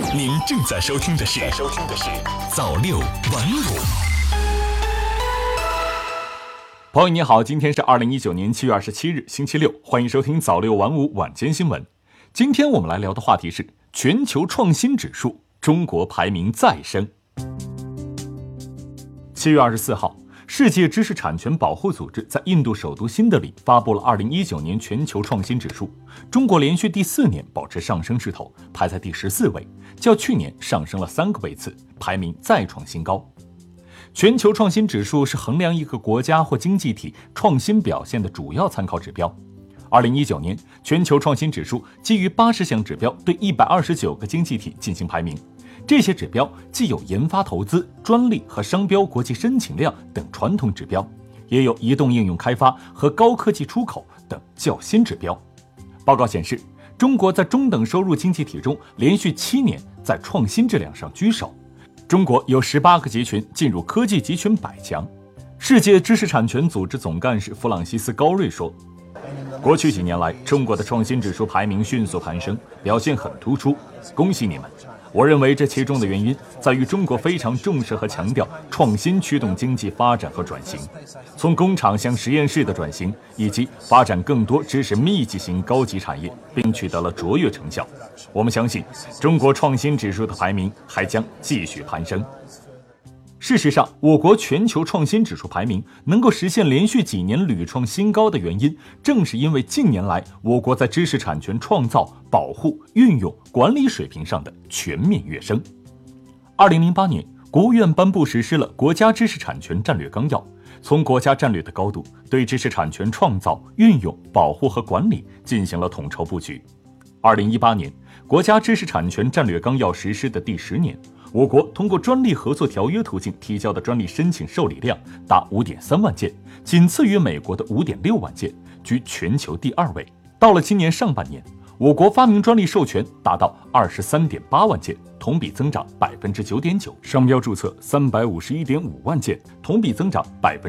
您正在收听的是早六晚五。朋友你好，今天是2019年7月27日星期六，欢迎收听早六晚五晚间新闻。今天我们来聊的话题是全球创新指数，中国排名再升。7月24号，世界知识产权保护组织在印度首都新德里发布了2019年全球创新指数，中国连续第4年保持上升势头，排在第14位，较去年上升了3个位次，排名再创新高。全球创新指数是衡量一个国家或经济体创新表现的主要参考指标。2019年，全球创新指数基于80项指标对129个经济体进行排名。这些指标既有研发投资、专利和商标国际申请量等传统指标，也有移动应用开发和高科技出口等较新指标。报告显示，中国在中等收入经济体中连续7年在创新质量上居首。中国有18个集群进入科技集群100强。世界知识产权组织总干事弗朗西斯·高瑞说，过去几年来，中国的创新指数排名迅速攀升，表现很突出，恭喜你们。我认为这其中的原因在于中国非常重视和强调创新驱动经济发展和转型，从工厂向实验室的转型，以及发展更多知识密集型高级产业，并取得了卓越成效。我们相信中国创新指数的排名还将继续攀升。事实上，我国全球创新指数排名能够实现连续几年屡创新高的原因，正是因为近年来我国在知识产权创造、保护、运用、管理水平上的全面跃升。2008年，国务院颁布实施了国家知识产权战略纲要，从国家战略的高度对知识产权创造、运用、保护和管理进行了统筹布局。2018年，国家知识产权战略纲要实施的第10年，我国通过专利合作条约途径提交的专利申请受理量达 5.3 万件，仅次于美国的 5.6 万件，居全球第2位。到了今年上半年，我国发明专利授权达到 23.8 万件，同比增长 9.9%， 商标注册 351.5 万件，同比增长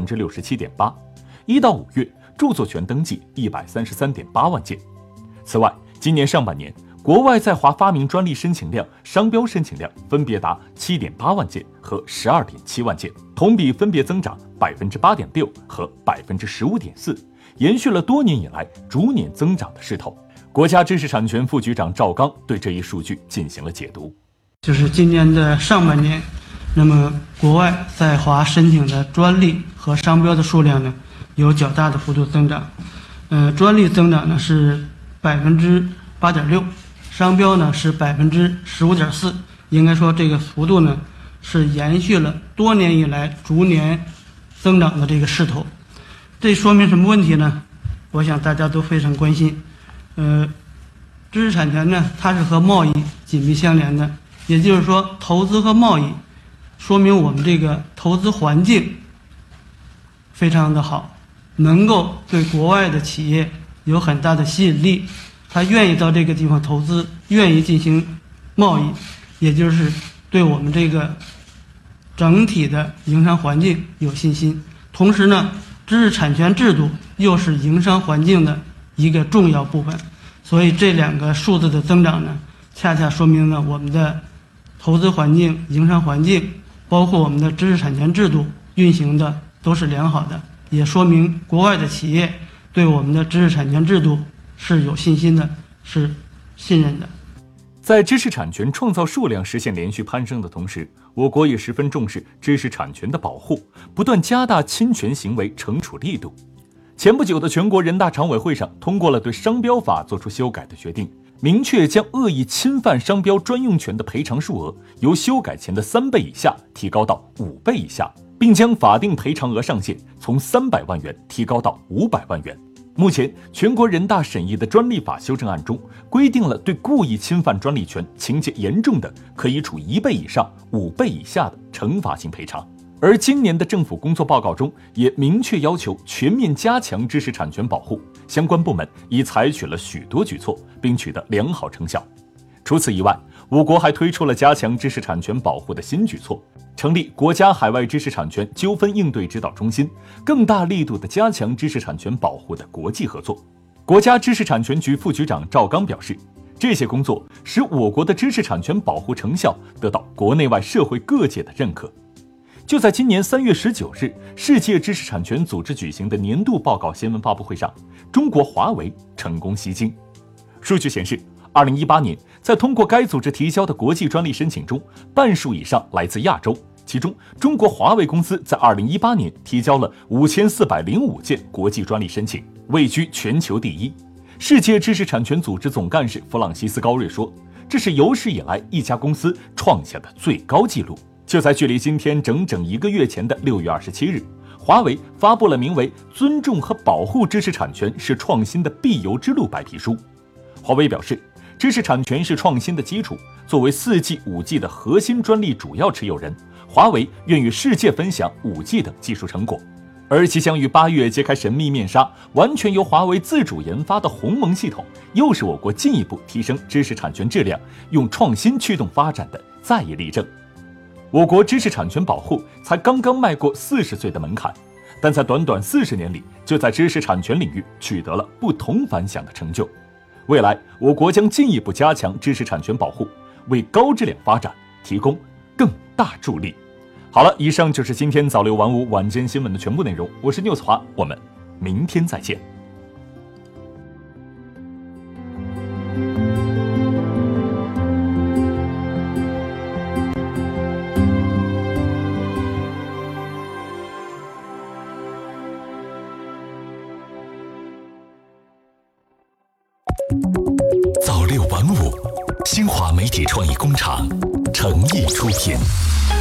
67.8%。1到5月，著作权登记 133.8 万件。此外，今年上半年，国外在华发明专利申请量、商标申请量分别达 7.8 万件和 12.7 万件，同比分别增长 8.6% 和 15.4%， 延续了多年以来逐年增长的势头。国家知识产权副局长赵刚对这一数据进行了解读。 就是今年的上半年，那么国外在华申请的专利和商标的数量呢，有较大的幅度增长。专利增长呢是 8.6%。商标呢是 15.4%， 应该说这个幅度呢是延续了多年以来逐年增长的这个势头。这说明什么问题呢？我想大家都非常关心。知识产权呢，它是和贸易紧密相连的，也就是说，投资和贸易说明我们这个投资环境非常的好，能够对国外的企业有很大的吸引力。他愿意到这个地方投资，愿意进行贸易，也就是对我们这个整体的营商环境有信心。同时呢，知识产权制度又是营商环境的一个重要部分，所以这2个数字的增长呢，恰恰说明了我们的投资环境、营商环境，包括我们的知识产权制度运行的都是良好的，也说明国外的企业对我们的知识产权制度是有信心的，是信任的。 在知识产权创造数量实现连续攀升的同时，我国也十分重视知识产权的保护，不断加大侵权行为惩处力度。前不久的全国人大常委会上通过了对商标法作出修改的决定，明确将恶意侵犯商标专用权的赔偿数额由修改前的3倍以下提高到5倍以下，并将法定赔偿额上限从300万元提高到500万元。目前，全国人大审议的专利法修正案中规定了对故意侵犯专利权情节严重的，可以处1倍以上5倍以下的惩罚性赔偿。而今年的政府工作报告中也明确要求全面加强知识产权保护，相关部门已采取了许多举措，并取得良好成效。除此以外，我国还推出了加强知识产权保护的新举措，成立国家海外知识产权纠纷应对指导中心，更大力度地加强知识产权保护的国际合作。国家知识产权局副局长赵刚表示， 这些工作使我国的知识产权保护成效得到国内外社会各界的认可。就在今年3月19日，世界知识产权组织举行的年度报告新闻发布会上，中国华为成功吸金。数据显示，2018年在通过该组织提交的国际专利申请中，半数以上来自亚洲，其中中国华为公司在2018年提交了5405件国际专利申请，位居全球第一。世界知识产权组织总干事弗朗西斯·高瑞说，这是有史以来一家公司创下的最高纪录。就在距离今天整整1个月前的6月27日，华为发布了名为《尊重和保护知识产权是创新的必由之路》白皮书。华为表示，知识产权是创新的基础，作为4G、5G 的核心专利主要持有人，华为愿与世界分享5G 等技术成果。而即将于8月揭开神秘面纱，完全由华为自主研发的鸿蒙系统，又是我国进一步提升知识产权质量、用创新驱动发展的再一例证。我国知识产权保护才刚刚迈过40岁的门槛，但在短短40年里，就在知识产权领域取得了不同凡响的成就。未来，我国将进一步加强知识产权保护，为高质量发展提供更大助力。好了，以上就是今天早6晚5晚间新闻的全部内容。我是News华，我们明天再见。 早6晚5，新华媒体创意工厂诚意出品。